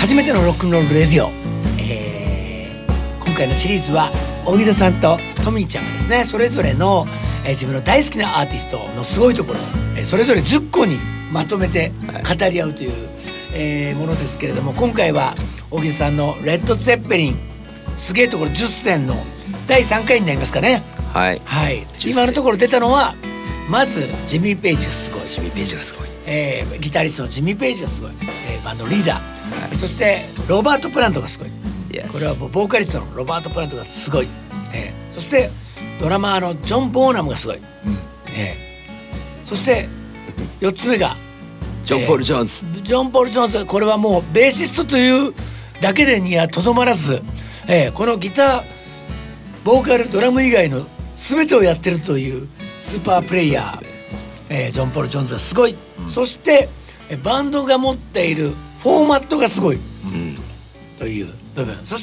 初めてのロックンロールレディオ、今回のシリーズは荻田さんとトミーちゃんがですね、それぞれの、自分の大好きなアーティストのすごいところ、それぞれ10個にまとめて語り合うという、ものですけれども、今回は荻田さんのレッド・ゼッペリンすげえところ10選の第3回になりますかね。 はい、 はい、今のところ出たのはまずジミー・ペイジがすごい、 ジミー・ペイジがすごい、 ギタリストのジミー・ペイジがすごい、バンドリーダー、そしてロバート・プラントがすごい、これはボーカリストのロバート・プラントがすごい、そしてドラマーのジョン・ボーナムがすごい、そして4つ目がジョン・ポール・ジョーンズ、 ジョン・ポール・ジョーンズ。これはもうベーシストというだけでにはとどまらず、このギターボーカルドラム以外の全てをやってるというスーパープレイヤー、ジョン・ポール・ジョーンズがすごい、そしてバンドが持っているフォーマットがすごい、という部分、そして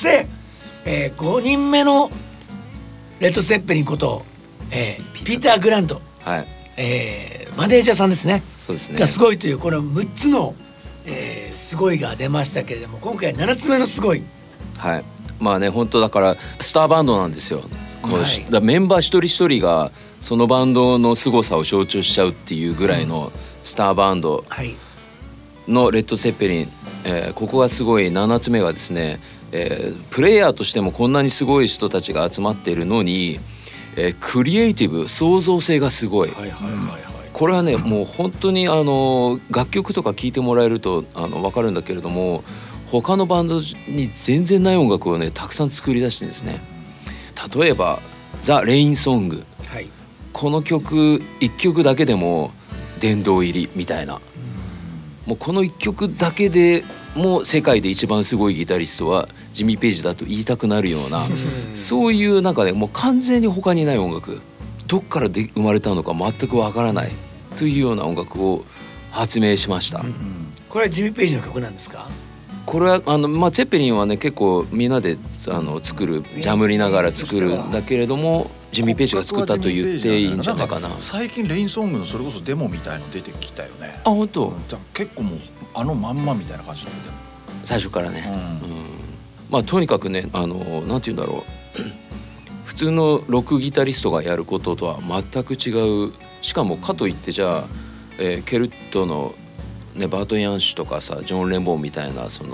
、5人目のレッド・ゼッペリンこと、ピーター・グラント、 はい、 マネージャーさんですね、 そうですね、 がすごいという、この6つの、すごいが出ましたけれども、今回7つ目のすごい、 はい、まあね、本当だからスターバンドなんですよ。この、だメンバー一人一人がそのバンドの凄さを象徴しちゃうっていうぐらいのスターバンドのレッド・ゼッペリン、ここがすごい。7つ目がですね、プレイヤーとしてもこんなにすごい人たちが集まっているのに、クリエイティブ、創造性がすごい。これはね、もう本当に楽曲とか聴いてもらえると分かるんだけれども、他のバンドに全然ない音楽をねたくさん作り出してるんですね。例えばザ・レインソング、この曲1曲だけでも殿堂入りみたいな、もうこの1曲だけでもう世界で一番すごいギタリストはジミー・ペイジだと言いたくなるようなそういう中でもう完全に他にない音楽、どっから生まれたのか全くわからないというような音楽を発明しました。 これはジミー・ペイジの曲なんですか？ これはゼッペリンはね結構みんなで作る、ジャムりながら作るんだけれども、ジミー・ペイジが作ったと言っていいんじゃないかな。 最近レインソングのそれこそデモみたいの出てきたよね。 あ、本当？ 結構もうまんまみたいな感じのデモ、 最初からね、とにかくね、なんて言うんだろう普通のロックギタリストがやることとは全く違う。しかもかといってじゃあ、ケルトのね、バートン・ヤンシュとかさ、ジョン・レンボンみたいなジ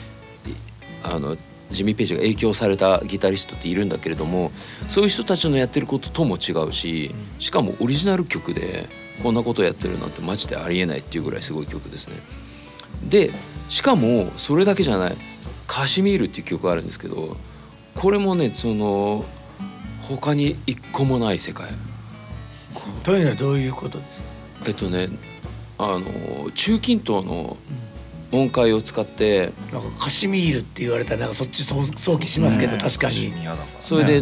ミー・ペイジが影響されたギタリストっているんだけれども、そういう人たちのやってることとも違うし、しかもオリジナル曲でこんなことをやってるなんてマジでありえないっていうぐらいすごい曲ですね。でしかもそれだけじゃない、カシミールっていう曲があるんですけど、これもね他に一個もない世界。 というのはどういうことですか？ 中近東の音階を使って、 なんかカシミールって言われたらなんかそっち想起しますけど、確かにそれで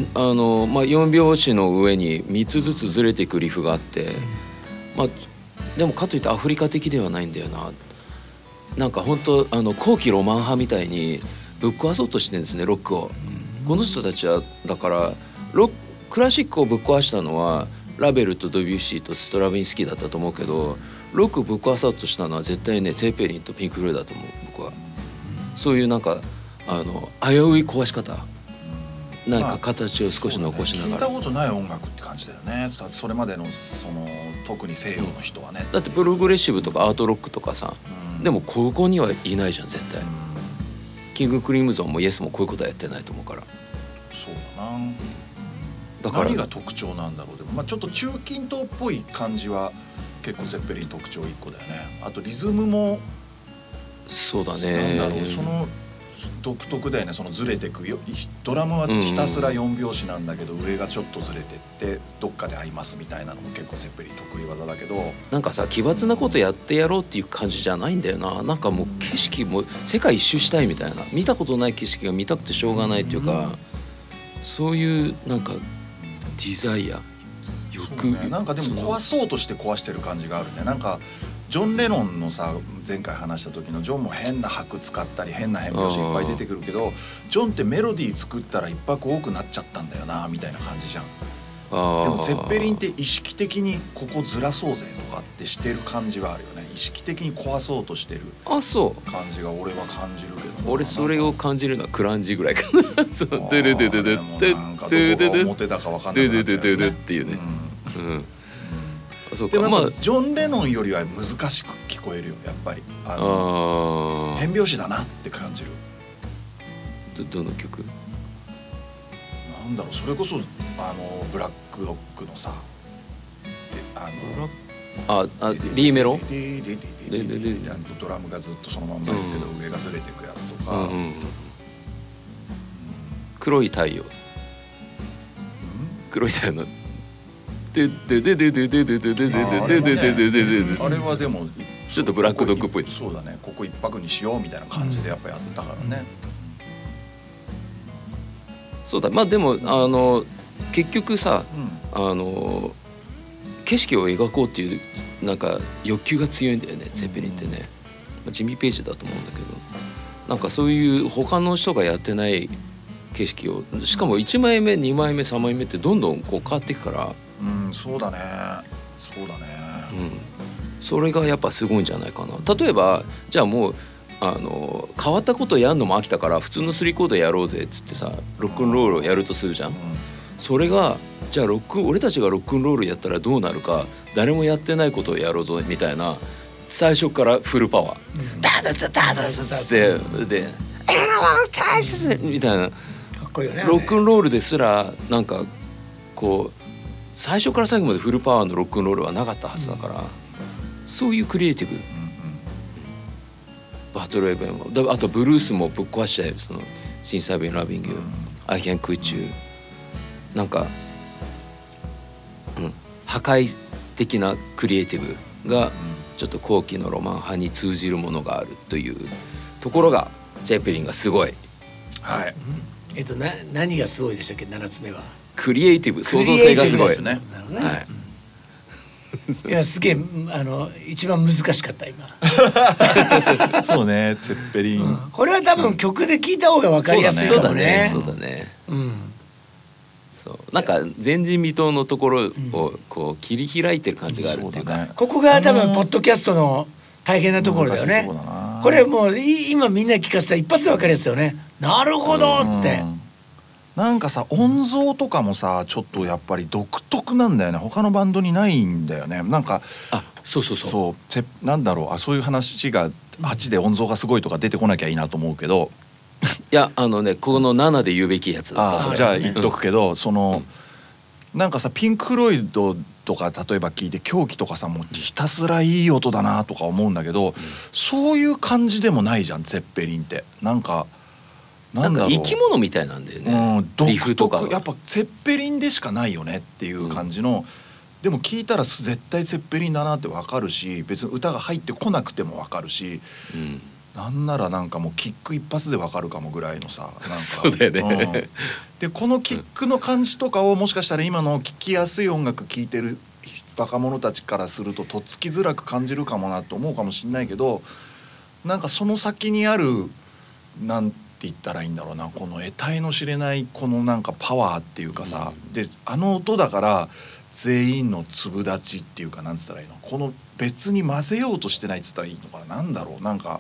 4拍子の上に3つずつずれていくリフがあって、でもかといってアフリカ的ではないんだよな。なんか本当後期ロマン派みたいにぶっ壊そうとしてるんですね、ロックを。この人たちはだからクラシックをぶっ壊したのはラベルとドビュッシーとストラヴィンスキーだったと思うけど、ロックをぶっ壊そうとしたのは絶対ねゼッペリンとピンク・フロイドだと思う、僕は。そういうなんか危うい壊し方、なんか形を少し残しながら、 聞いたことない音楽って感じだよね。それまでの特に西洋の人はね、 だってプログレッシブとかアートロックとかさ、でもここにはいないじゃん絶対。キング・クリムゾンもイエスもこういうことはやってないと思うから。 そうだな、 だから何が特徴なんだろう。でもちょっと中近東っぽい感じは結構ゼッペリン特徴1個だよね。あとリズムもそうだね、 なんだろう、独特だよね。ずれてくよ、ドラムはひたすら4拍子なんだけど、上がちょっとずれてってどっかで合いますみたいなのも結構ゼッペリン得意技だけど、 なんかさ奇抜なことやってやろうっていう感じじゃないんだよな。なんかもう景色も世界一周したいみたいな、見たことない景色が見たくてしょうがないっていうか、そういうなんかデザイア欲、 なんかでも壊そうとして壊してる感じがあるね。なんかジョン・レノンのさ、前回話した時のジョンも変な拍使ったり変な変拍子いっぱい出てくるけど、ジョンってメロディー作ったら一拍多くなっちゃったんだよなみたいな感じじゃん。でもゼッペリンって意識的にここずらそうぜとかってしてる感じはあるよね。 意識的に壊そうとしてるあ、そう感じが俺は感じるけど、 俺それを感じるのはクランジぐらいかな。そうドゥルドゥドゥドゥドゥなんかどこが表だか分かんなくなっちゃうよね。 ドゥドゥドゥドゥっていうね。そうか。 でもまあジョン・レノンよりは難しく聞こえるよやっぱり。変拍子だなって感じる。 どの曲？ なんだろう、それこそブラックドッグのさ、 リーメロ？ ドラムがずっとそのまんまやけど上がずれていくやつとか。 黒い太陽。黒い太陽の。あれはでもちょっとブラックドッグっぽい。 そうだね。ここ一泊にしようみたいな感じでやっぱやったからね。 そうだ。まあでも結局さ、景色を描こうっていうなんか欲求が強いんだよね、ゼッペリンってね。ジミー・ペイジだと思うんだけど、なんかそういう他の人がやってない景色を、しかも1枚目2枚目3枚目ってどんどんこう変わっていくから。 そうだね。そうだね。 それがやっぱすごいんじゃないかな。例えばじゃあもう変わったことやるのも飽きたから普通の3コードやろうぜっつってさ、ロックンロールをやるとするじゃん。それがじゃあ俺たちがロックンロールやったらどうなるか、誰もやってないことをやろうぞみたいな、最初からフルパワーダダダダダダってでみたいな、 かっこいいよね。 ロックンロールですらなんかこう最初から最後までフルパワーのロックンロールはなかったはずだから、そういうクリエイティブ、バトルエベンもあとブルースもぶっ壊しちゃう、そのSince I've been loving you, I can quit you、 なんか、破壊的なクリエイティブがちょっと後期のロマン派に通じるものがあるというところがゼッペリンがすごい。 はい。 何がすごいでしたっけ、7つ目は。 クリエイティブ、創造性がすごいですね。 はい。いや、すげえ一番難しかった今。 そうね、ゼッペリン。 これは多分曲で聞いた方が分かりやすいかもね。 そうだね。そう、なんか前人未到のところをこう切り開いてる感じがあるっていうか、 ここが多分ポッドキャストの大変なところだよね。これもう今みんな聞かせたら一発で分かるやつよね。なるほどって。 なんかさ、音像とかもさ、ちょっとやっぱり独特なんだよね。他のバンドにないんだよね。なんかそうなんだろう、そういう話が8で音像がすごいとか出てこなきゃいいなと思うけど、 いやこの7で言うべきやつだった。 じゃあ言っとくけど、なんかさ、ピンク・フロイドとか例えば聞いて狂気とかさ、もうひたすらいい音だなとか思うんだけど、そういう感じでもないじゃん、ゼッペリンって。なんか生き物みたいなんだよね。リフとかやっぱゼッペリンでしかないよねっていう感じの、でも聞いたら絶対ゼッペリンだなって分かるし、別に歌が入ってこなくても分かるし、なんならなんかもうキック一発で分かるかもぐらいのさ、なんかそうだよね。 でこのキックの感じとかをもしかしたら今の聴きやすい音楽聴いてる若者たちからするととっつきづらく感じるかもなと思うかもしれないけど、なんかその先にあるなんて言ったらいいんだろうな、この得体の知れないこのなんかパワーっていうかさ、で音だから全員の粒立ちっていうか、なんつったらいいの、この別に混ぜようとしてないっつったらいいのかな、なんだろう、なんか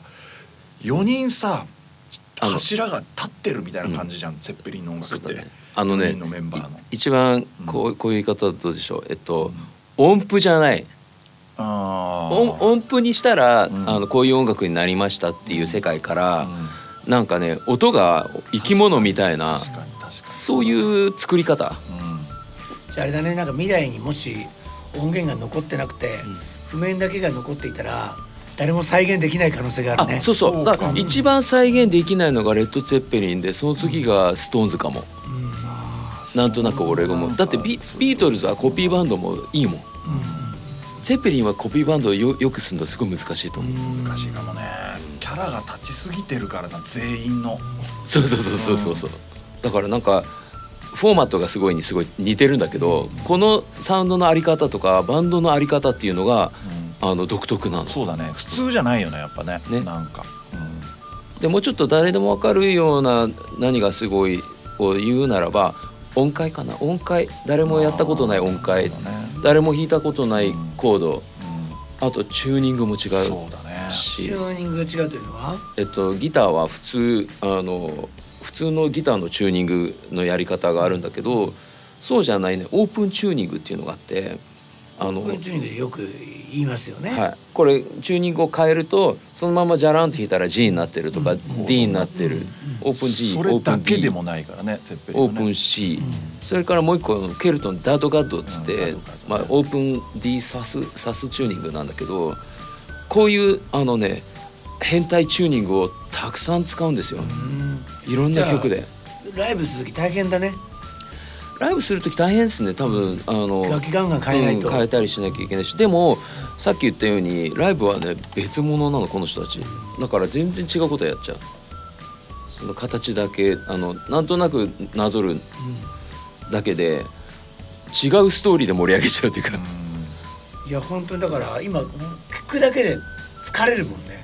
4人さ柱が立ってるみたいな感じじゃん、ゼッペリンの音楽って。4人のメンバーの一番こういう言い方はどうでしょう、音符じゃない、音符にしたらこういう音楽になりましたっていう世界から、なんかね、音が生き物みたいな、そういう作り方。 じゃああれだね、なんか未来にもし音源が残ってなくて、譜面だけが残っていたら誰も再現できない可能性があるね。 そうそう、だから一番再現できないのがレッド・ツェッペリンで、その次がストーンズかも。なんとなく俺が思う。だってビートルズはコピーバンドもいいもん。ツェッペリンはコピーバンドをよくするのすごい難しいと思う。 難しいかもね。キャラが立ちすぎてるからな、全員の。 そうだからなんかフォーマットがすごい似てるんだけど、このサウンドのあり方とかバンドのあり方っていうのが独特なの。 そうだね、普通じゃないよね、やっぱね。なんか、 でもうちょっと誰でも分かるような何がすごいを言うならば、音階かな。音階、誰もやったことない音階、誰も弾いたことないコードあとチューニングも違うし、 そうだね。 チューニングが違うというのは、 ギターは普通のギターのチューニングのやり方があるんだけど、そうじゃないね、オープンチューニングっていうのがあって、 オープンチューニングでよく言いますよね。 はい、これチューニングを変えるとそのままジャランと弾いたら G になってるとか、D になってる、オープン G、 それだけでもオープン D、 ないからね、ゼッペリンはね。 オープン C、それからもう一個ケルトンダッドガッドっつって、オープン D サスチューニングなんだけど、こういう変態チューニングをたくさん使うんですよ、いろんな曲で。 ライブする時大変だね。 ライブする時大変ですね、多分楽器ガンガン変えないと、 変えたりしなきゃいけないし、でもさっき言ったようにライブはね別物なのこの人たちだから、全然違うことやっちゃう。その形だけなんとなくなぞるだけで違うストーリーで盛り上げちゃうというか、 いや本当にだから今聞くだけで疲れるもんね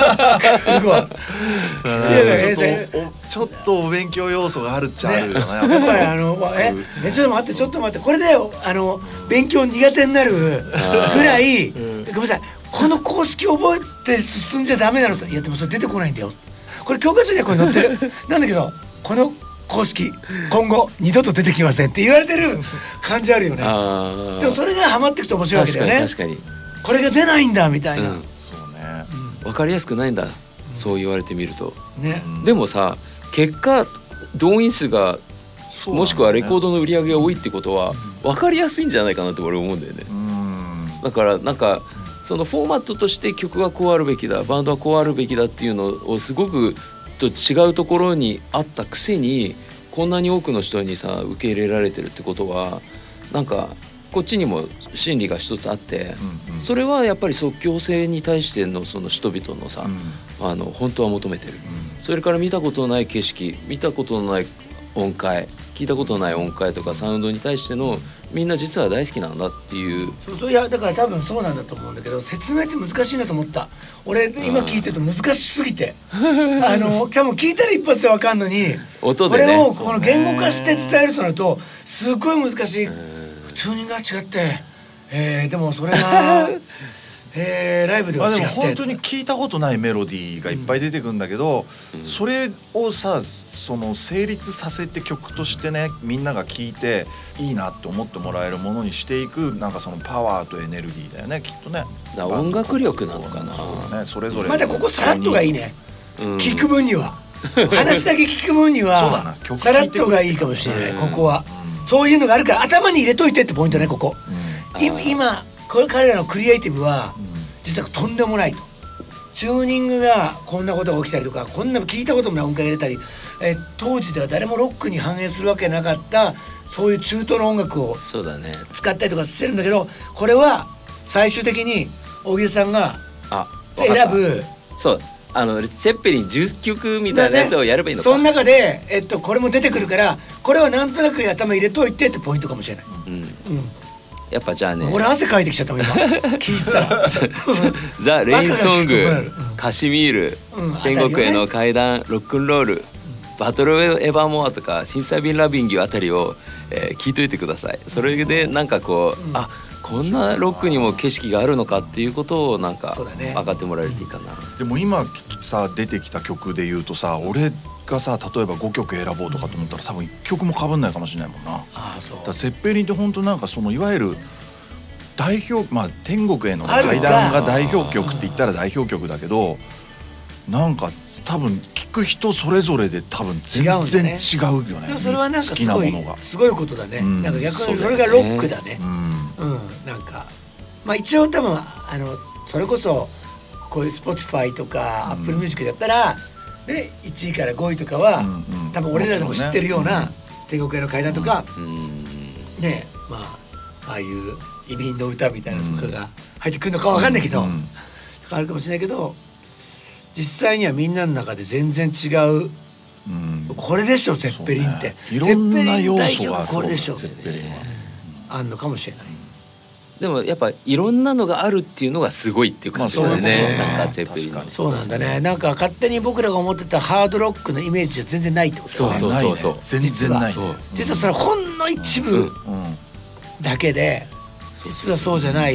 ちょっとお勉強要素があるっちゃあるよね。 やっぱりちょっと待ってこれで勉強苦手になるぐらいごめんなさい、この公式覚えて進んじゃダメなのさ。いやでもそれ出てこないんだよ、これ教科書にはこれ載ってるなんだけど、この公式今後二度と出てきませんって言われてる感じあるよね。でもそれがハマっていくと面白いわけだよね。 確かにこれが出ないんだみたいな、 そうね、 分かりやすくないんだ、そう言われてみるとね。 でもさ、結果動員数がもしくはレコードの売り上げが多いってことは分かりやすいんじゃないかなって俺思うんだよね。だからなんかそのフォーマットとして曲はこうあるべきだ、バンドはこうあるべきだっていうのをすごくと違うところにあったくせに、こんなに多くの人にさ受け入れられてるってことは、なんかこっちにも心理が一つあって、それはやっぱり即興性に対してのその人々のさ、本当は求めてる、それから見たことのない景色、見たことのない音階、聞いたことのない音階とかサウンドに対してのみんな実は大好きなんだっていう。 いやだから多分そうなんだと思うんだけど、説明って難しいなと思った。俺今聞いてると難しすぎて多分聞いたら一発で分かんのに、 音でね、 これをこの言語化して伝えるとなるとすごい難しい。チューニングが違って、でもそれがライブでは違って、 でも本当に聞いたことないメロディーがいっぱい出てくるんだけど、それをさ、その成立させて曲としてね、みんなが聞いていいなって思ってもらえるものにしていく、なんかそのパワーとエネルギーだよね、きっとね。 音楽力なのかな。 そうだね、それぞれまだここさらっとがいいね、聞く分には話だけ聞く分にはさらっとがいいかもしれない。ここはそういうのがあるから頭に入れといてってポイントね、ここ。今これ彼らのクリエイティブは実はとんでもないと。チューニングがこんなことが起きたりとか、こんな聞いたこともない音階が出たり、当時では誰もロックに反映するわけなかったそういう中東の音楽を使ったりとかしてるんだけど、これは最終的に大木さんが選ぶ、 そうセッペリン10曲みたいなやつをやればいいのか、 その中で、これも出てくるから、これはなんとなく頭入れといてってポイントかもしれない。 やっぱじゃあね、 俺汗かいてきちゃったもん今聞いてたらザ・レインソング、カシミール、天国への階段、ロックンロール、バトル・エヴァーモアとかシンサビン・ラビンギュあたりを、聞いといてください。それでなんかこう、こんなロックにも景色があるのかっていうことをなんか分かってもらえるといいかな。 でも今さ出てきた曲で言うとさ、俺がさ例えば5曲選ぼうとかと思ったら多分1曲も被んないかもしれないもんな。だからセッペリンって本当なんかそのいわゆる代表、天国への階段が代表曲って言ったら代表曲だけど、なんか多分聴く人それぞれで多分全然違うよね。 それはなんか好きなものがすごいことだね。なんか逆にそれがロックだね。なんか一応多分それこそこういう Spotify とか Apple Music だったらで1位から5位とかは多分俺らでも知ってるような天国への階段とかね、ああいう移民の歌みたいなのとかが入ってくるのかわかんないけど、あるかもしれないけど、実際にはみんなの中で全然違う、これでしょセッペリンって、 いろんな要素がこれでしょセッペリンはあんのかもしれない。 でもやっぱいろんなのがあるっていうのがすごいっていう感じだよね。なんかセッペリンのそうなんだね。なんか勝手に僕らが思ってたハードロックのイメージじゃ全然ないってことだね。 そう全然ない。 実はそれほんの一部だけで、実はそうじゃない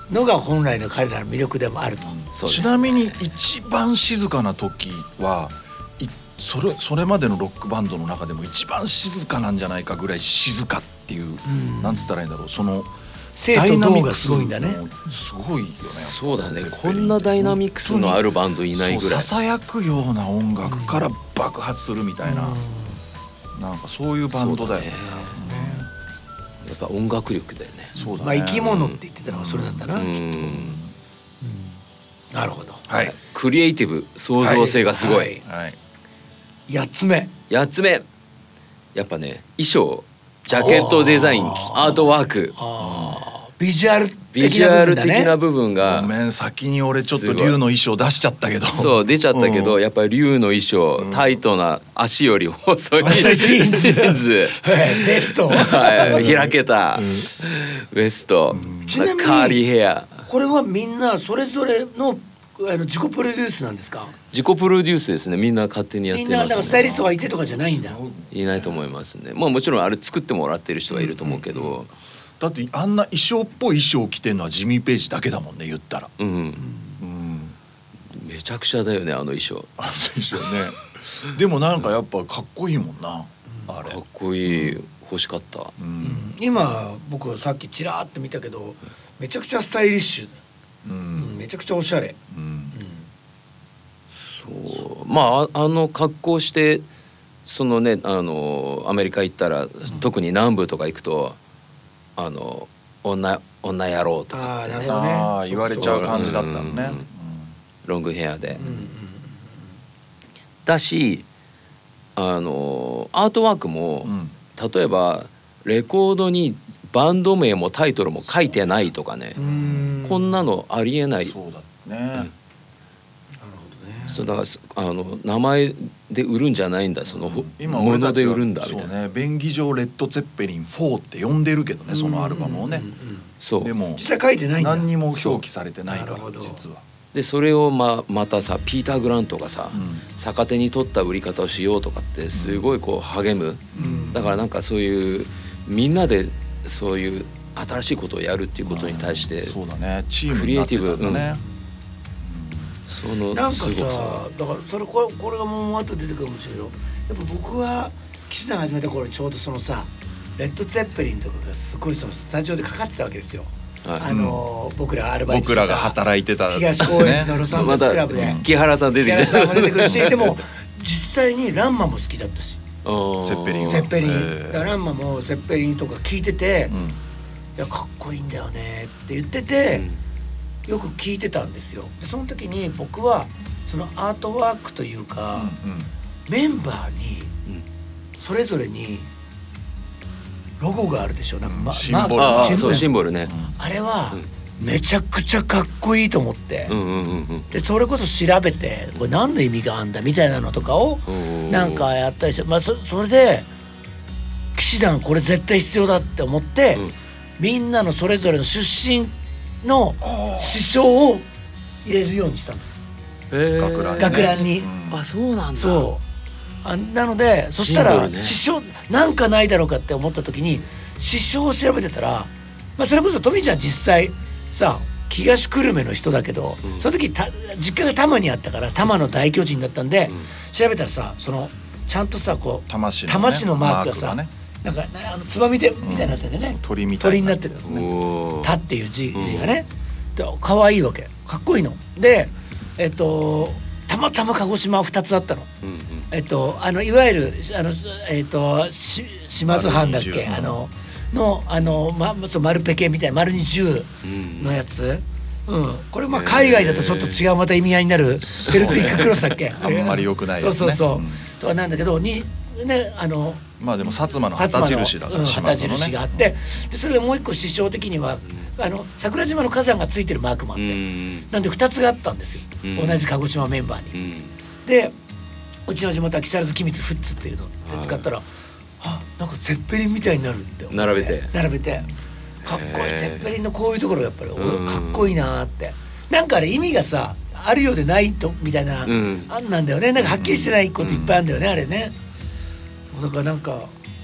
のが本来の彼らの魅力でもあると。 そうですね。 ちなみに一番静かな時はそれまでのロックバンドの中でも一番静かなんじゃないかぐらい静かっていう、なんつったらいいんだろう、その生と動がすごいんだね。 すごいよね。 そうだね。こんなダイナミクスのあるバンドいないぐらい。 ささやくような音楽から爆発するみたいな、なんかそういうバンドだよね。 やっぱ音楽力だよね。 そうだね。 まあ生き物って言ってたのはそれなんだな、きっと。なるほど。 はい。 クリエイティブ、創造性がすごい。 はい。 8つ目。 8つ目。やっぱね、衣装、ジャケットデザイン、アートワーク、 ビジュアル的な部分が。 ごめん、先に俺ちょっと竜の衣装出しちゃったけど。 そう出ちゃったけど、やっぱり竜の衣装、タイトな足より細いジーンズ、ベスト、 開けたウエスト、 ちなみにカーリーヘア。 これはみんなそれぞれの自己プロデュースなんですか？ 自己プロデュースですね。みんな勝手にやってますね。 みんなだからスタイリストがいてとかじゃないんだ。 いないと思いますね。まあもちろんあれ作ってもらってる人がいると思うけど、 だってあんな衣装っぽい衣装を着てるのはジミー・ペイジだけだもんね、言ったら。 めちゃくちゃだよね、あの衣装。 ですよね。でもなんかやっぱかっこいいもんな、あれ。 かっこいい、欲しかった。 今僕さっきちらーって見たけど、めちゃくちゃスタイリッシュ、めちゃくちゃおしゃれ。 そう、まああの格好してそのね、アメリカ行ったら、特に南部とか行くと女野郎とかってね、 言われちゃう感じだったのね。 ロングヘアで、だしアートワークも、例えばレコードにバンド名もタイトルも書いてないとかね、こんなのありえない。 そうだね。 そうだから名前で売るんじゃないんだ、その今もので売るんだみたいな。 そうね、便宜上レッド・ツェッペリン4って呼んでるけどね、そのアルバムをね。 そうでも実際書いてないんだ。 何にも表記されてないから実は。 でそれをまたさ、ピーター・グラントがさ、逆手に取った売り方をしようとかってすごいこう励む、だからなんかそういうみんなでそういう新しいことをやるっていうことに対して、 そうだね、チームになってたんだね。 そのなんかすごさ、 さ、だからこれがもう後で出てくるかもしれないけど、やっぱ僕は岸田が始めた頃ちょうどそのさ、レッド・ツェッペリンとかがすごいそのスタジオでかかってたわけですよ。僕らアルバイトしてた、 僕らが働いてた東高円寺のロサンゼルスクラブで、 木原さん出てき木原さんも出てくるた。 し、でも実際にランマも好きだったし、 ゼッペリンはゼッペリン、ランマもゼッペリンとか聞いてて、いやかっこいいんだよねって言ってて、よく聞いてたんですよ。でその時に僕はそのアートワークというか、メンバーにそれぞれにロゴがあるでしょ、なんかシンボルね。 あれはめちゃくちゃかっこいいと思って、でそれこそ調べて、これ何の意味があんだみたいなのとかをなんかやったりして、それで騎士団これ絶対必要だって思って、みんなのそれぞれの出身の師匠を入れるようにしたんです。学ランに。 あ、そうなんだ。 なのでそしたら師匠なんかないだろうかって思った時に師匠を調べてたら、それこそトミーちゃん実際さ東久留米の人だけど、その時実家が多摩にあったから多摩の大巨人だったんで、調べたらさ、そのちゃんとさこう多摩市のマークがさ、なんかつばみでみたいになってるね、鳥になってるんですね。タっていう字がね、可愛いわけ、かっこいいので、たまたま鹿児島2つあったの。いわゆる島津藩だっけ、丸ペケみたいな丸20のやつ、これ海外だとちょっと違うまた意味合いになるセルティッククロスだっけ、 あんまり良くないやつね。 とかなんだけどにね、 まあでも薩摩の旗印だから、 旗印があって、でそれでもう一個師匠的には桜島の火山がついてるマークもあって、なんで2つがあったんですよ、同じ鹿児島メンバーに。でうちの地元は木更津君津フッツっていうので使ったら、なんかゼッペリンみたいになるって思って並べてかっこいい、ゼッペリンのこういうところがやっぱりかっこいいなって。なんかあれ意味がさあるようでないとみたいな、あんなんだよね。なんかはっきりしてないこといっぱいあるんだよね、あれね。だからなんか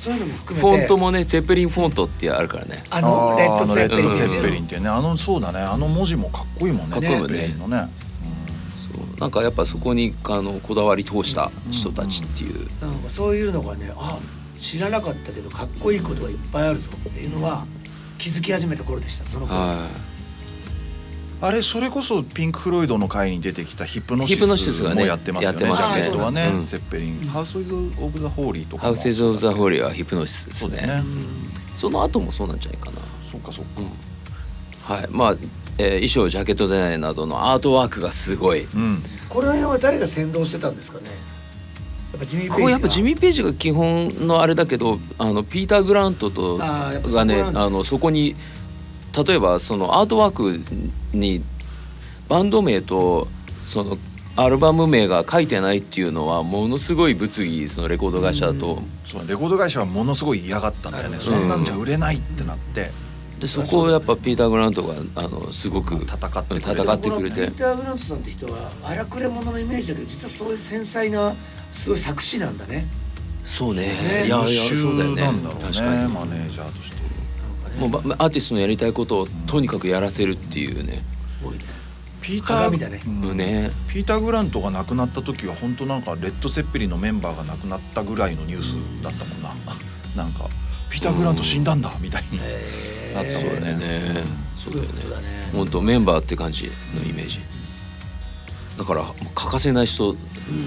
そういうのも含めフてォントもねゼッペリンフォントってあるからね。 レッド・ゼッペリン、 ゼッペリンってね、そうだね、文字もかっこいいもんね。 かっこいいもんね。 ゼッペリンのね、 そうなんかやっぱそこにこだわり通した人たちっていう、 なんかそういうのがね、知らなかったけどかっこいいことがいっぱいあるぞっていうのは気づき始めた頃でした、その頃。 あれそれこそピンク・フロイドの回に出てきたヒプノシスもやってますよね。ジャケットはね、ゼッペリン、ハウス・オブ・ザ・ホーリーとか。 ハウス・オブ・ザ・ホーリーはヒプノシスですね。その後もそうなんじゃないかな。 そうかそうか。はい、まあ衣装ジャケットデザインなどのアートワークがすごい。 この辺は誰が先導してたんですかね。やっぱジミー・ページが。 ここやっぱジミー・ページが基本のあれだけど、ピーター・グラントとがね、そこに例えばそのアートワークにバンド名とそのアルバム名が書いてないっていうのはものすごい物議、そのレコード会社と。 そうレコード会社はものすごい嫌がったんだよね。そんなんじゃ売れないってなって。 でそこをやっぱピーター・グラントがすごく戦ってくれて。 ピーター・グラントさんって人は荒くれ者のイメージだけど、実はそういう繊細なすごい作詞なんだね。 そうね。いやそうだよね。 確かにマネージャーとして。 もうアーティストのやりたいことをとにかくやらせるっていうね。 ピーター・グラントが亡くなった時は本当なんかレッド・ゼッペリンのメンバーが亡くなったぐらいのニュースだったもんな。なんかピーター・グラント死んだんだみたいになったもんね。 そうだよね。本当メンバーって感じのイメージ。だから欠かせない人。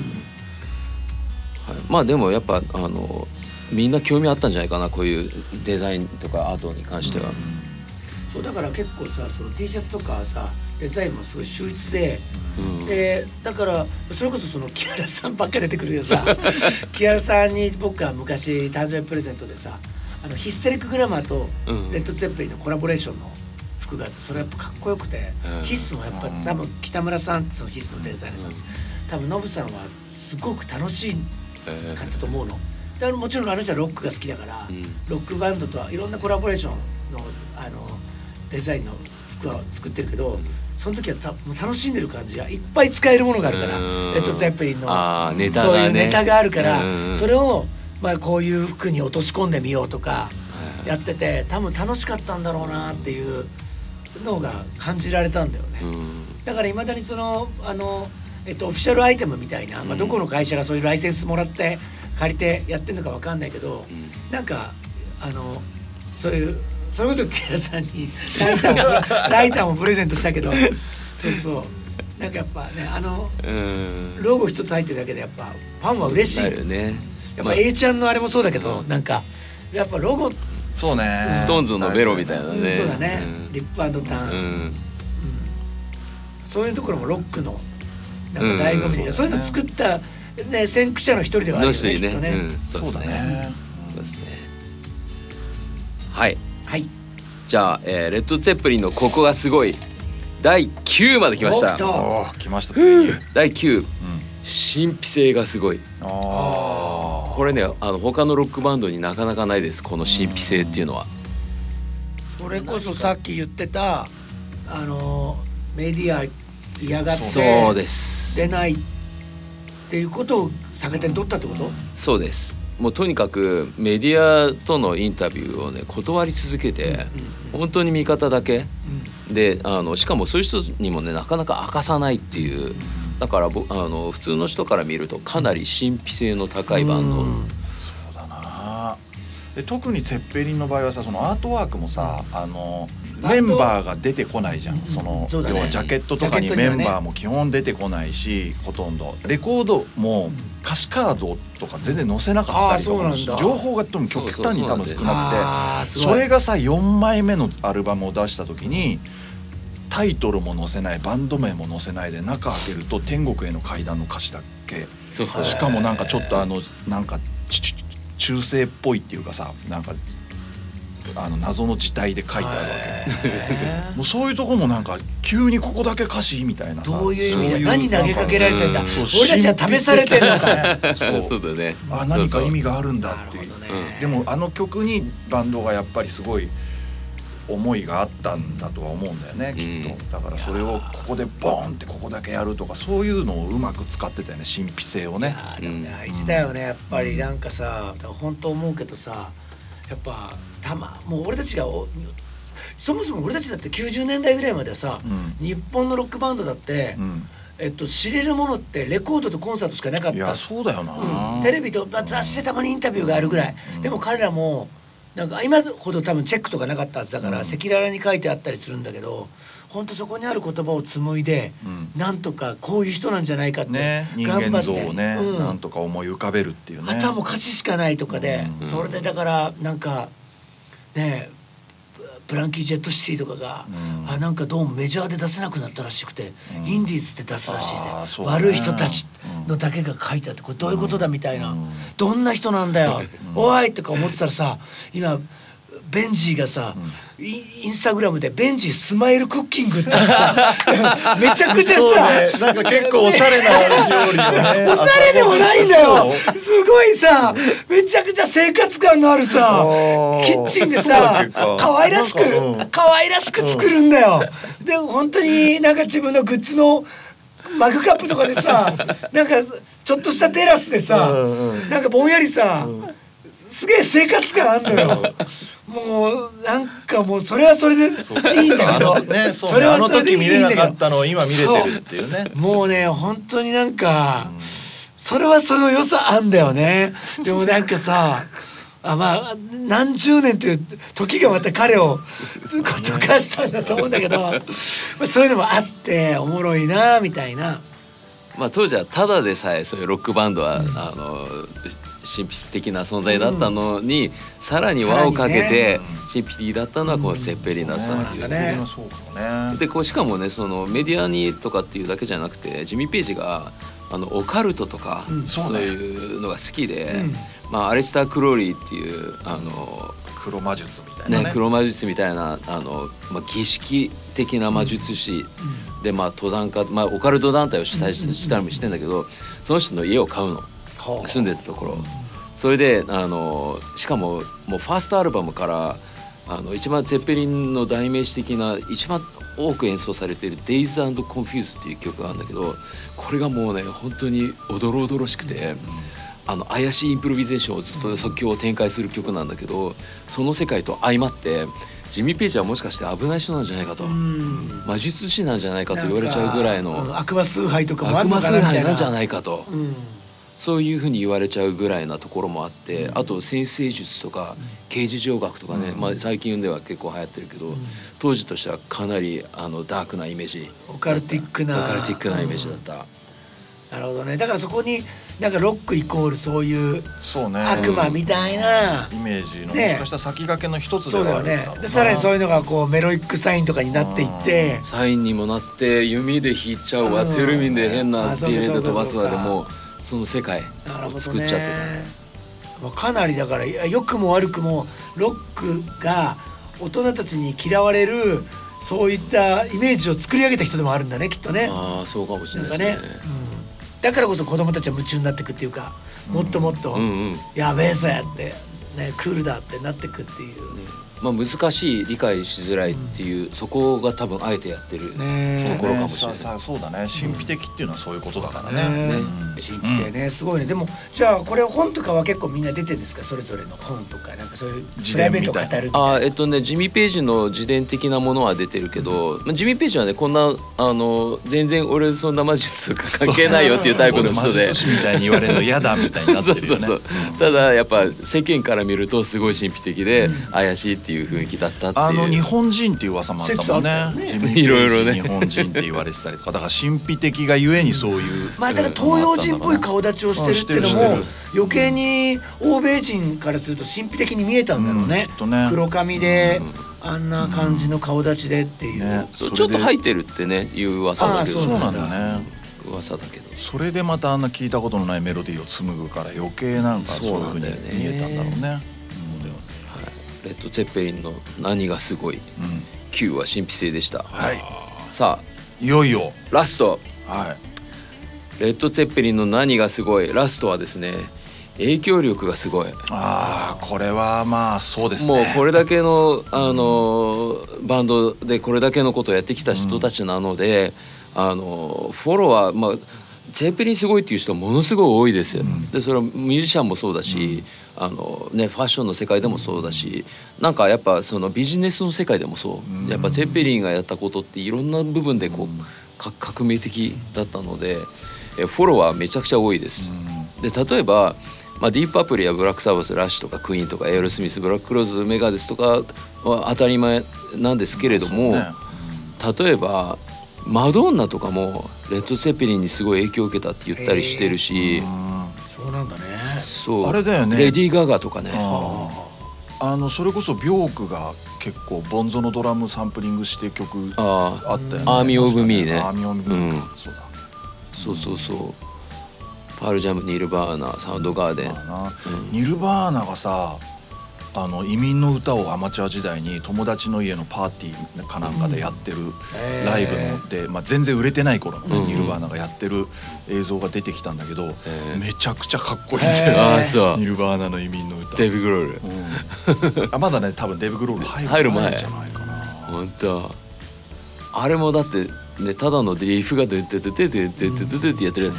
まあでもやっぱみんな興味あったんじゃないかな、こういうデザインとかアートに関しては。 そうだから結構さ、その T シャツとかさデザインもすごい秀逸で、だからそれこそその木原さんばっかり出てくるけどさ木原さんに僕は昔誕生日プレゼントでさヒステリックグラマーとレッド・ゼッペリンのコラボレーションの服があって、それやっぱかっこよくて、ヒスもやっぱ多分北村さんってそのヒスのデザイナーさんです。多分ノブさんはすごく楽しかったと思うの。でもちろんあの人はロックが好きだから、ロックバンドとはいろんなコラボレーションのデザインの服は作ってるけど、その時はもう楽しんでる感じがいっぱい使えるものがあるから、レッド・ゼッペリンのそういうネタがあるから、それをこういう服に落とし込んでみようとかやってて、多分楽しかったんだろうなっていうのが感じられたんだよね。だからいまだにそのオフィシャルアイテムみたいな、どこの会社がそういうライセンスもらって借りてやってるのかわかんないけど、なんかそういうそれこそ木原さんにライターもプレゼントしたけどそうなんかやっぱねロゴ一つ入ってるだけでやっぱファンは嬉しい。やっぱ A ちゃんのあれもそうだけど、なんかやっぱロゴそうね、 ストーンズのベロみたいなね。 そうだね、リップ&ターン、そういうところもロックのなんか醍醐味で、そういうの作ったね先駆者の一人ではあるよね、きっとね。 そうだね。 そうですね。はい。じゃあレッド・ゼッペリンのここがすごい第9まで来ました。 来ました。 第9、神秘性がすごい。これね他のロックバンドになかなかないです、この神秘性っていうのは。 それこそさっき言ってたメディア嫌がってそうです出ないっていうことを逆手に取ったってこと？ そうです。もうとにかくメディアとのインタビューをね断り続けて、本当に味方だけ、でしかもそういう人にもねなかなか明かさないっていう。だから普通の人から見るとかなり神秘性の高いバンド。 そうだな。で特にゼッペリンの場合はさ、そのアートワークもさメンバーが出てこないじゃん。その要はジャケットとかにメンバーも基本出てこないし、ほとんどレコードも歌詞カードとか全然載せなかったりとか、情報が極端に多分少なくて、それがさ4枚目のアルバムを出した時にタイトルも載せない、バンド名も載せないで、中開けると天国への階段の歌詞だっけ。しかもなんかちょっとなんか中世っぽいっていうかさ、なんか謎の字体で書いてあるわけ。もうそういうとこもなんか急にここだけ歌詞みたいなさ、 どういう意味だ、何投げかけられてんだ、俺たちは試されてるのか。 そうだね。 何か意味があるんだっていう。でも曲にバンドがやっぱりすごい思いがあったんだとは思うんだよね、きっと。だからそれをここでボーンってここだけやるとかそういうのをうまく使ってたよね、神秘性をね。 でも大事だよねやっぱり。なんかさ本当思うけどさ、やっぱもう俺たちがそもそも俺たちだって90年代ぐらいまではさ、日本のロックバンドだって、知れるものってレコードとコンサートしかなかった。 いやそうだよな、 テレビと雑誌でたまにインタビューがあるぐらい、でも彼らもなんか今ほど多分チェックとかなかったはずだから赤裸々に書いてあったりするんだけど、本当そこにある言葉を紡いで、なんとかこういう人なんじゃないかって人間像をね、なんとか思い浮かべるっていうね。 あとはもう歌詞しかないとかで、それでだからなんかねブランキー・ジェット・シティとかが、なんかどうもメジャーで出せなくなったらしくて、インディーズで出すらしいぜ、悪い人たちのだけが書いてあって、これどういうことだみたいな、どんな人なんだよ、おいとか思ってたらさ、今ベンジーがさ、インスタグラムでベンジースマイルクッキングってさめちゃくちゃさ、 なんか結構おしゃれな料理をねおしゃれでもないんだよ、すごいさめちゃくちゃ生活感のあるさキッチンでさ可愛らしく作るんだよ。で本当になんか自分のグッズのマグカップとかでさ、なんかちょっとしたテラスでさ、なんかぼんやりさ、すげえ生活感あんのよ。もうなんかもうそれはそれでいいんだけど、 それはそれでいいんだけど、あの時見れなかったのを今見れてるっていうね。 もうね本当になんか、それはその良さあんだよね。でもなんかさ何十年という時がまた彼を溶かしたんだと思うんだけど、そういうのもあっておもろいなみたいな。 当時はただでさえそういうロックバンドは、神秘的な存在だったのに、さらに輪をかけて神秘的だったのはこのセッペリンだったっていうね。でしかもね、そのメディアにとかっていうだけじゃなくて、ジミー・ペイジがオカルトとか、そういうのが好きで、アレスター・クローリーっていう黒魔術みたいなね、 黒魔術みたいな儀式的な魔術師で、登山家、オカルト団体を主催したりもしてんだけど、その人の家を買うの、住んでたところ。それでしかももうファーストアルバムから一番ゼッペリンの代名詞的な一番多く演奏されている「Days and Confused」っていう曲があるんだけど、これがもうね本当におどろおどろしくて、怪しいインプロビゼーションをずっと即興を展開する曲なんだけど、その世界と相まってジミー・ペイジはもしかして危ない人なんじゃないかと、魔術師なんじゃないかと言われちゃうぐらいの悪魔崇拝とかもあるのかなみたいな、 悪魔崇拝なんじゃないかと。そういうふうに言われちゃうぐらいなところもあって、あと占星術とか刑事上学とかね、最近では結構流行ってるけど、当時としてはかなりダークなイメージ、 オカルティックなイメージだった。 なるほどね。だからそこになんかロックイコールそういう悪魔みたいなイメージのもしかしたら先駆けの一つではあるんだろうな。 そうだよね。でさらにそういうのがこうメロイックサインとかになっていって、 サインにもなって、弓で引いちゃうわ、テルミンで変な DNA で飛ばすわでもその世界を作っちゃってた。 かなりだから良くも悪くもロックが大人たちに嫌われるそういったイメージを作り上げた人でもあるんだね、きっとね。 そうかもしれないですね。 だからこそ子供たちは夢中になっていくっていうか、もっともっとやべえぞやってね、クールだってなっていくっていう。 難しい、理解しづらいっていう、そこが多分あえてやってるところかもしれない。 そうだね、神秘的っていうのはそういうことだからね。 神秘性ね、すごいね。でもじゃあこれ本とかは結構みんな出てるんですか、それぞれの本とか、なんかそういうプライベートを語るみたいな。 ジミー・ペイジの自伝的なものは出てるけど、ジミー・ペイジはね、こんな全然俺そんな魔術とか関係ないよっていうタイプの人で、 魔術師みたいに言われるの嫌だみたいになってるよね。 ただやっぱ世間から見るとすごい神秘的で怪しいっていう雰囲気だったっていう。 日本人っていう噂もあったもんね。 いろいろね、 日本人って言われてたりとか、だから神秘的がゆえにそういう、 だから東洋人っぽい顔立ちをしてるっていうのも余計に欧米人からすると神秘的に見えたんだろうね。黒髪であんな感じの顔立ちでっていう、 ちょっと入ってるってねいう噂だけど。 そうなんだね、 噂だけど、 それでまたあんな聞いたことのないメロディーを紡ぐから余計なんかそういう風に見えたんだろうね。 レッド・ツェッペリンの何がすごい、Q は神秘性でした。さあいよいよラスト、レッド・ツェッペリンの何がすごいラストはですね、 影響力がすごい。 これはまあそうですね。 もうこれだけのバンドでこれだけのことをやってきた人たちなので、フォロワー、まあゼッペリンすごいっていう人はものすごい多いですよ。でそれはミュージシャンもそうだし、ファッションの世界でもそうだし、なんかやっぱそのビジネスの世界でもそう、やっぱゼッペリンがやったことっていろんな部分でこう革命的だったので、フォロワーめちゃくちゃ多いです。で例えば、ディープパープルやブラックサバス、ラッシュとかクイーンとかエアロスミス、ブラッククローズ、メガデスとかは当たり前なんですけれども、例えばマドンナとかもレッド・ゼッペリンにすごい影響を受けたって言ったりしてるし、 そうなんだね。 そうあれだよね。 レディー・ガガとかね。 それこそビョークが結構ボンゾのドラムサンプリングして曲あったよね。 アーミー・オブ・ミーね。 アーミー・オブ・ミーか、そうだ。 そうパールジャム、ニルバーナ、サウンドガーデン、 ニルバーナがさ、移民の歌をアマチュア時代に友達の家のパーティーかなんかでやってるライブので、全然売れてない頃のニルバーナがやってる映像が出てきたんだけど、めちゃくちゃかっこいいんだよ。ニルバーナの移民の歌。 デイブ・グロール。 まだね、多分デイブ・グロール入る前じゃないかな。 本当。あれもだってね、ただのリーフが出てってやってる。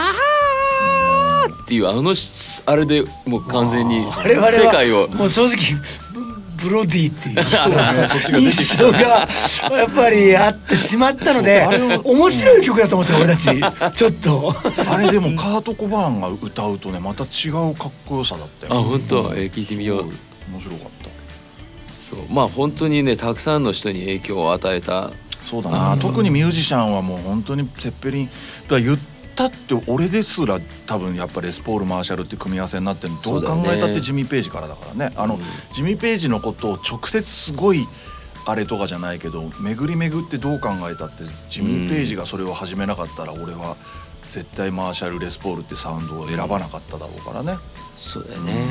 っていうあれでもう完全に世界をもう正直ブロディっていう印象がやっぱりあってしまったので、面白い曲だと思うんですよ俺たち。ちょっとあれでもカート・コバーンが歌うとね、また違うかっこよさだったよ。 本当。聞いてみよう。 面白かった。 そう本当にね、たくさんの人に影響を与えた。 そうだな。特にミュージシャンはもう本当にゼッペリンだ言ったって俺ですら多分やっぱレスポール・マーシャルっていう組み合わせになってるの、どう考えたってジミー・ペイジからだからね。ジミー・ペイジのことを直接すごいあれとかじゃないけど、巡り巡ってどう考えたってジミー・ペイジがそれを始めなかったら俺は絶対マーシャル・レスポールってサウンドを選ばなかっただろうからね。 そうだよね。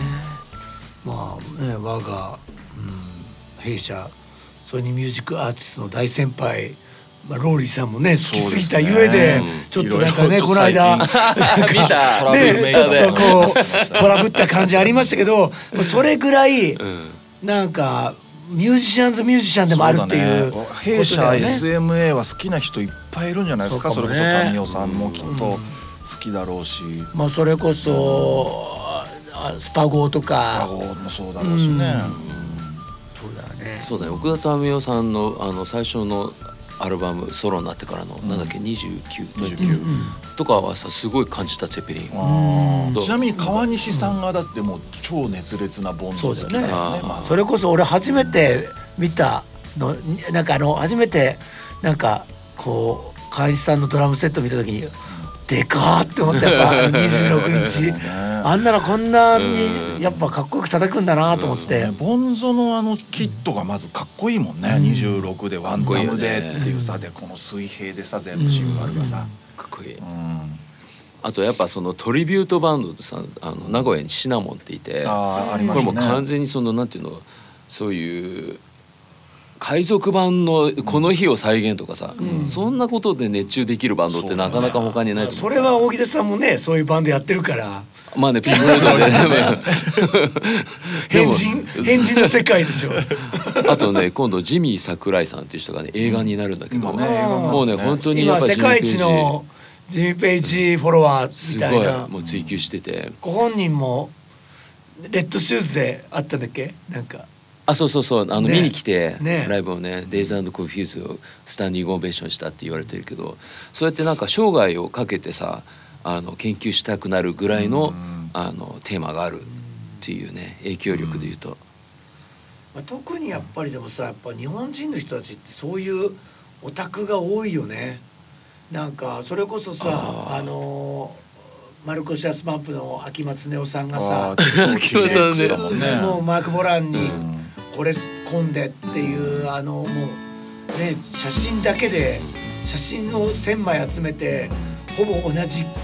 我が、弊社ソニーミュージックアーティストの大先輩、ローリーさんもね好きすぎたゆえで、ちょっとなんかねこの間ねちょっとこうトラブった感じありましたけど、それぐらいなんかミュージシャンでもあるっていうことだよね。弊社 SMA は好きな人いっぱいいるんじゃないですか。それこそタミオさんもきっと好きだろうし、 それこそスパゴーとか、 スパゴーもそうだろうしね。 そうだね。奥田民生さんの最初のアルバムソロになってからのなんだっけ、29とかはさ、すごい感じたゼッペリン。 ちなみに川西さんがだってもう超熱烈なボンド好きだよね。 それこそ俺初めて見たの、なんか初めてなんかこう川西さんのドラムセット見た時にでかーって思って、やっぱ26インチあんなのこんなにやっぱかっこよく叩くんだなと思って、 ボンゾのキットがまずかっこいいもんね。26でワンタムでっていうさ、でこの水平でさ、全部シンバルがさかっこいい。あとやっぱそのトリビュートバンドでさ、名古屋にシナモンっていて、これも完全にそのなんていうの、そういう海賊版のこの日を再現とかさ、そんなことで熱中できるバンドってなかなか他にないと思う。 それは大木田さんもねそういうバンドやってるから、 ピンクロードで変人の世界でしょ。 あとね、今度ジミー桜井さんっていう人がね映画になるんだけど、もうね本当にやっぱ世界一のジミー・ペイジフォロワーみたいな、 すごいもう追求してて、 ご本人もレッドシューズであったんだっけ、なんか。 そう見に来てライブをね、デイズ&コンフューズをスタンディングオベーションしたって言われてるけど、そうやってなんか生涯をかけてさ研究したくなるぐらいのテーマがあるっていうね、影響力でいうと、 特にやっぱりでもさ、やっぱ日本人の人たちってそういうオタクが多いよね。なんかそれこそさマルコシアスマンプの秋松根夫さんがさ、 秋松さんね、 もうマーク・ボランにこれ込んでっていうもうね、写真だけで写真を1,000枚集めてほぼ同じ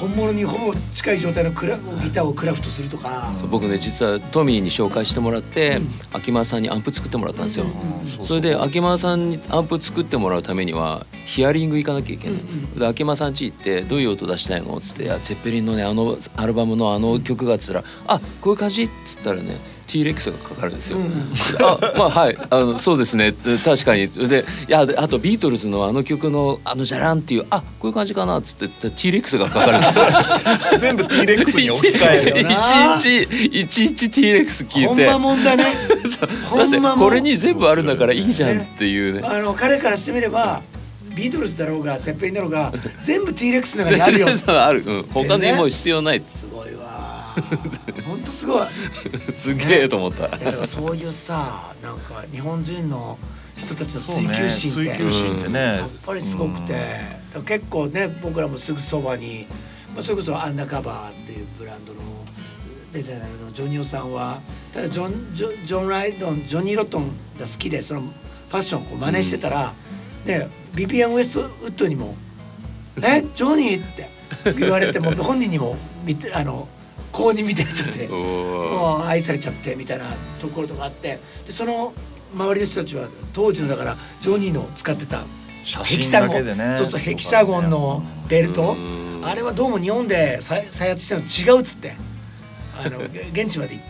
本物にほぼ近い状態のギターをクラフトするとか。 そう僕ね実はトミーに紹介してもらって、秋間さんにアンプ作ってもらったんですよ。それで秋間さんにアンプ作ってもらうためにはヒアリング行かなきゃいけない。で秋間さん家行ってどういう音出したいのっつって、ゼッペリンのねあのアルバムのあの曲がっつったら、あこういう感じっつったらね。T-Rex がかかるんですよ。あまあはいそうですね確かに。でいやあとビートルズのあの曲のじゃらんっていうこういう感じかなっつって T-Rex がかかる。 全部 T-Rex に置き換えるよな。 いちいち T-Rex 聞いて。 ほんまもんだね。 だってこれに全部あるんだからいいじゃんっていうね。 彼からしてみれば。ビートルズだろうがゼッペリンだろうが全部 T-Rex の中にあるよ。 ある、他にもう必要ない。 すごいわ。本当すごい。 すげえと思った。 だからそういうさ、なんか日本人の人たちの追求心ってね、 やっぱりすごくて、結構ね僕らもすぐそばに、それこそアンダーカバーっていうブランドのデザイナーのジョニオさんは、ただジョニー・ロットンが好きでそのファッションをこう真似してたら、でビビアン・ウエストウッドにも「ジョニー!」って言われても本人にも公認みたいになっちゃってもう愛されちゃってみたいなところとかあって、でその周りの人たちは当時のだからジョニーの使ってたヘキサゴン、ヘキサゴンのベルト、あれはどうも日本で再発したの違うっつって現地まで行って、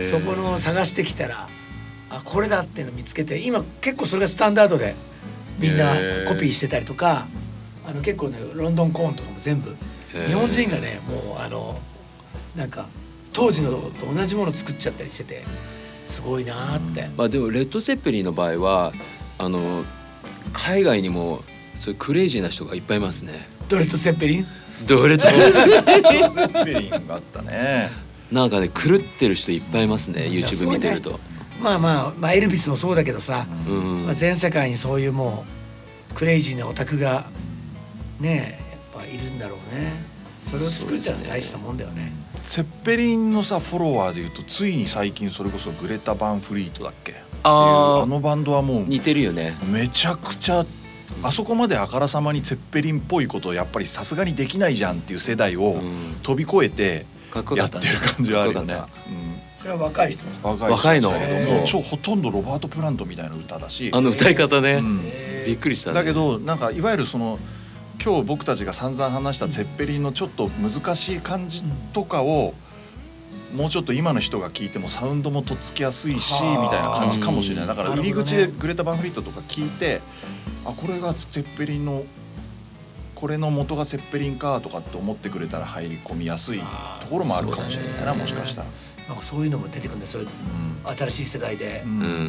そこの探してきたらこれだっていうのを見つけて、今結構それがスタンダードでみんなコピーしてたりとか、結構ねロンドンコーンとかも全部日本人がねもうなんか当時のと同じものを作っちゃったりしててすごいなーって。 でもレッド・ゼッペリンの場合は海外にもそういうクレイジーな人がいっぱいいますね。 ドレッド・ゼッペリンドレッド・ゼッペリンがあったね。 なんかね狂ってる人いっぱいいますね YouTube 見てると。 まあエルビスもそうだけどさ、全世界にそういうもうクレイジーなオタクがねやっぱいるんだろうね。それを作っちゃうと大したもんだよね。 ゼッペリンのさフォロワーでいうとついに最近それこそグレタ・バンフリートだっけっていうあのバンドはもう似てるよね。 めちゃくちゃあそこまであからさまにゼッペリンっぽいことをやっぱりさすがにできないじゃんっていう世代を飛び越えてやってる感じはあるよね。 それは若い人。 若いの。 ほとんどロバート・プラントみたいな歌だし。 歌い方ね。びっくりした。 だけどなんかいわゆるその今日僕たちが散々話したゼッペリンのちょっと難しい感じとかをもうちょっと今の人が聞いてもサウンドもとっつきやすいしみたいな感じかもしれない。だから入り口でグレタ・バンフリートとか聞いて、これがゼッペリンのこれの元がゼッペリンかとかって思ってくれたら入り込みやすいところもあるかもしれないな、もしかしたら。 なんかそういうのも出てくるんですよ、新しい世代で。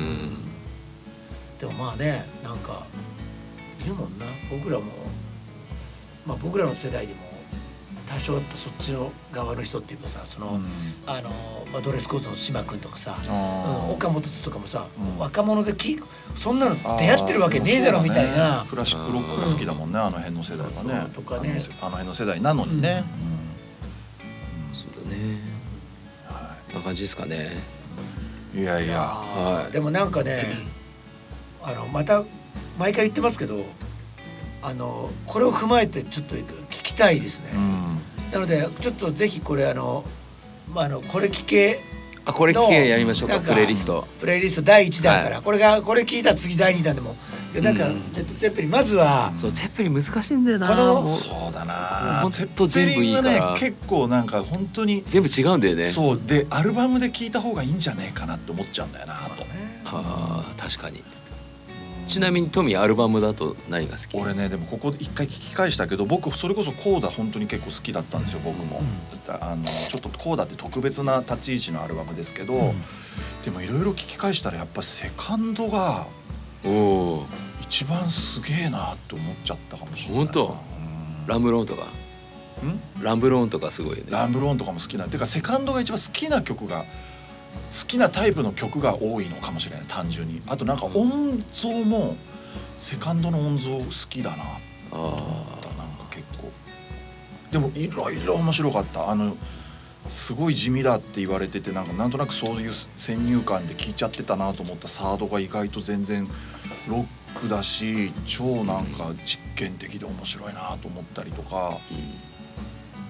でもまあね、なんかいるもんな、僕らも僕らの世代でも多少やっぱそっちの側の人っていうかさ、そのドレスコードの島君とかさ、岡本津とかもさ、若者でそんなの出会ってるわけねえだろみたいな。 クラシックロックが好きだもんね、あの辺の世代はね。とかね、あの辺の世代なのにね。 そうだね。な感じですかね。 いやいや。 でもなんかね、また毎回言ってますけど、これを踏まえてちょっと聞きたいですね。なのでちょっとぜひこれこれ聞けこれ聞けやりましょうか。プレイリスト第1弾から、これ聞いたら次第2弾でもなんかゼッペリンまずはそうゼッペリン難しいんだよな。 そうだな。ゼッペリンはね結構なんか本当に全部違うんだよね。 そうでアルバムで聞いた方がいいんじゃねえかなって思っちゃうんだよなと。 確かに。ちなみにトミーアルバムだと何が好き？ 俺ねでもここ一回聞き返したけど、僕それこそコーダ本当に結構好きだったんですよ僕も。ちょっとコーダって特別な立ち位置のアルバムですけど、でもいろいろ聞き返したらやっぱセカンドが一番すげえなって思っちゃったかもしれない。 本当？ランブローンとか？ランブローンとかすごいよね。 ランブローンとかも好きな。ていうかセカンドが一番好きな曲が好きなタイプの曲が多いのかもしれない、単純に。あとなんか音像もセカンドの音像好きだなと思った。なんか結構でもいろいろ面白かった。すごい地味だって言われてて、なんとなくそういう先入観で聴いちゃってたなと思ったサードが意外と全然ロックだし超なんか実験的で面白いなと思ったりとか、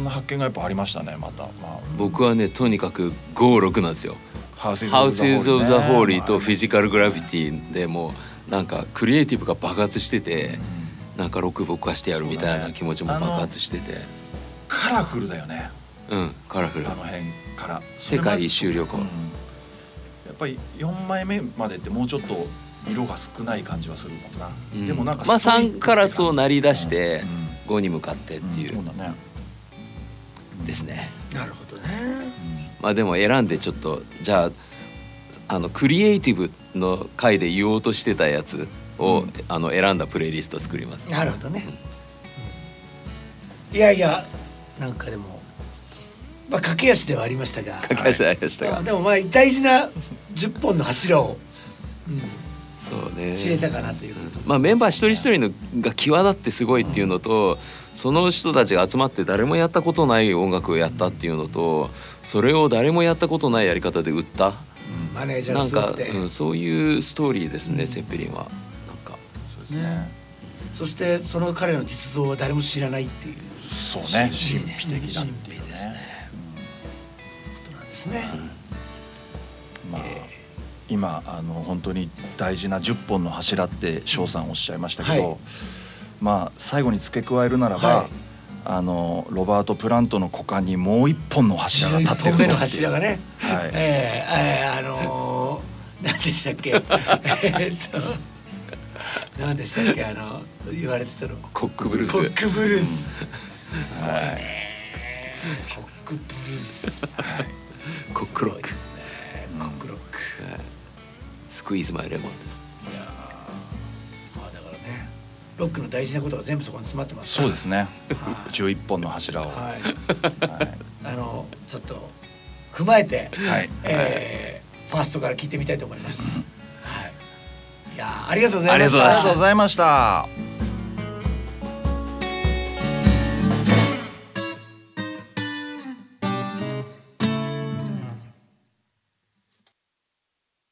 んな発見がやっぱありましたね。また、 僕はねとにかく5、6なんですよ。Houses of the Holy とフィジカルグラフィティでもうなんかクリエイティブが爆発してて、なんかロック僕はしてやるみたいな気持ちも爆発してて、 カラフルだよね。 カラフル。 あの辺から世界一周旅行、 やっぱり4枚目までってもうちょっと色が少ない感じはするもんな。でもなんか 3からそうなりだして5に向かってっていうですね。 なるほどね。 でも選んでちょっとじゃあクリエイティブの回で言おうとしてたやつを、選んだプレイリスト作ります。 なるほどね。いやいやなんかでも駆け足ではありましたが、でも大事な10本の柱を、 そうね、 知れたかなという。 メンバー一人一人のが際立ってすごいっていうのと、その人たちが集まって誰もやったことない音楽をやったっていうのと、それを誰もやったことないやり方で売った、 マネージャーがすごくて、 そういうストーリーですね、セッペリンは。なんかそうですね。 そしてその彼の実像は誰も知らないっていう。 そうね、神秘的だっていうですね。ことなんですね。 今本当に大事な10本の柱って翔さんおっしゃいましたけど、最後に付け加えるならば、ロバート・プラントの股間にもう1本の柱が立ってるぞっていう。 11本目の柱がね、何でしたっけ何でしたっけ言われてたの。 コックブルース。 コックブルース。すごいね。コックブルース。 コックロック。 コックロック。 スクイーズマイレモンです。 いやだからね、ロックの大事なことが全部そこに詰まってます。 そうですね。11本の柱を。 ちょっと踏まえて、ファーストから聞いてみたいと思います。いやありがとうございました。 ありがとうございました。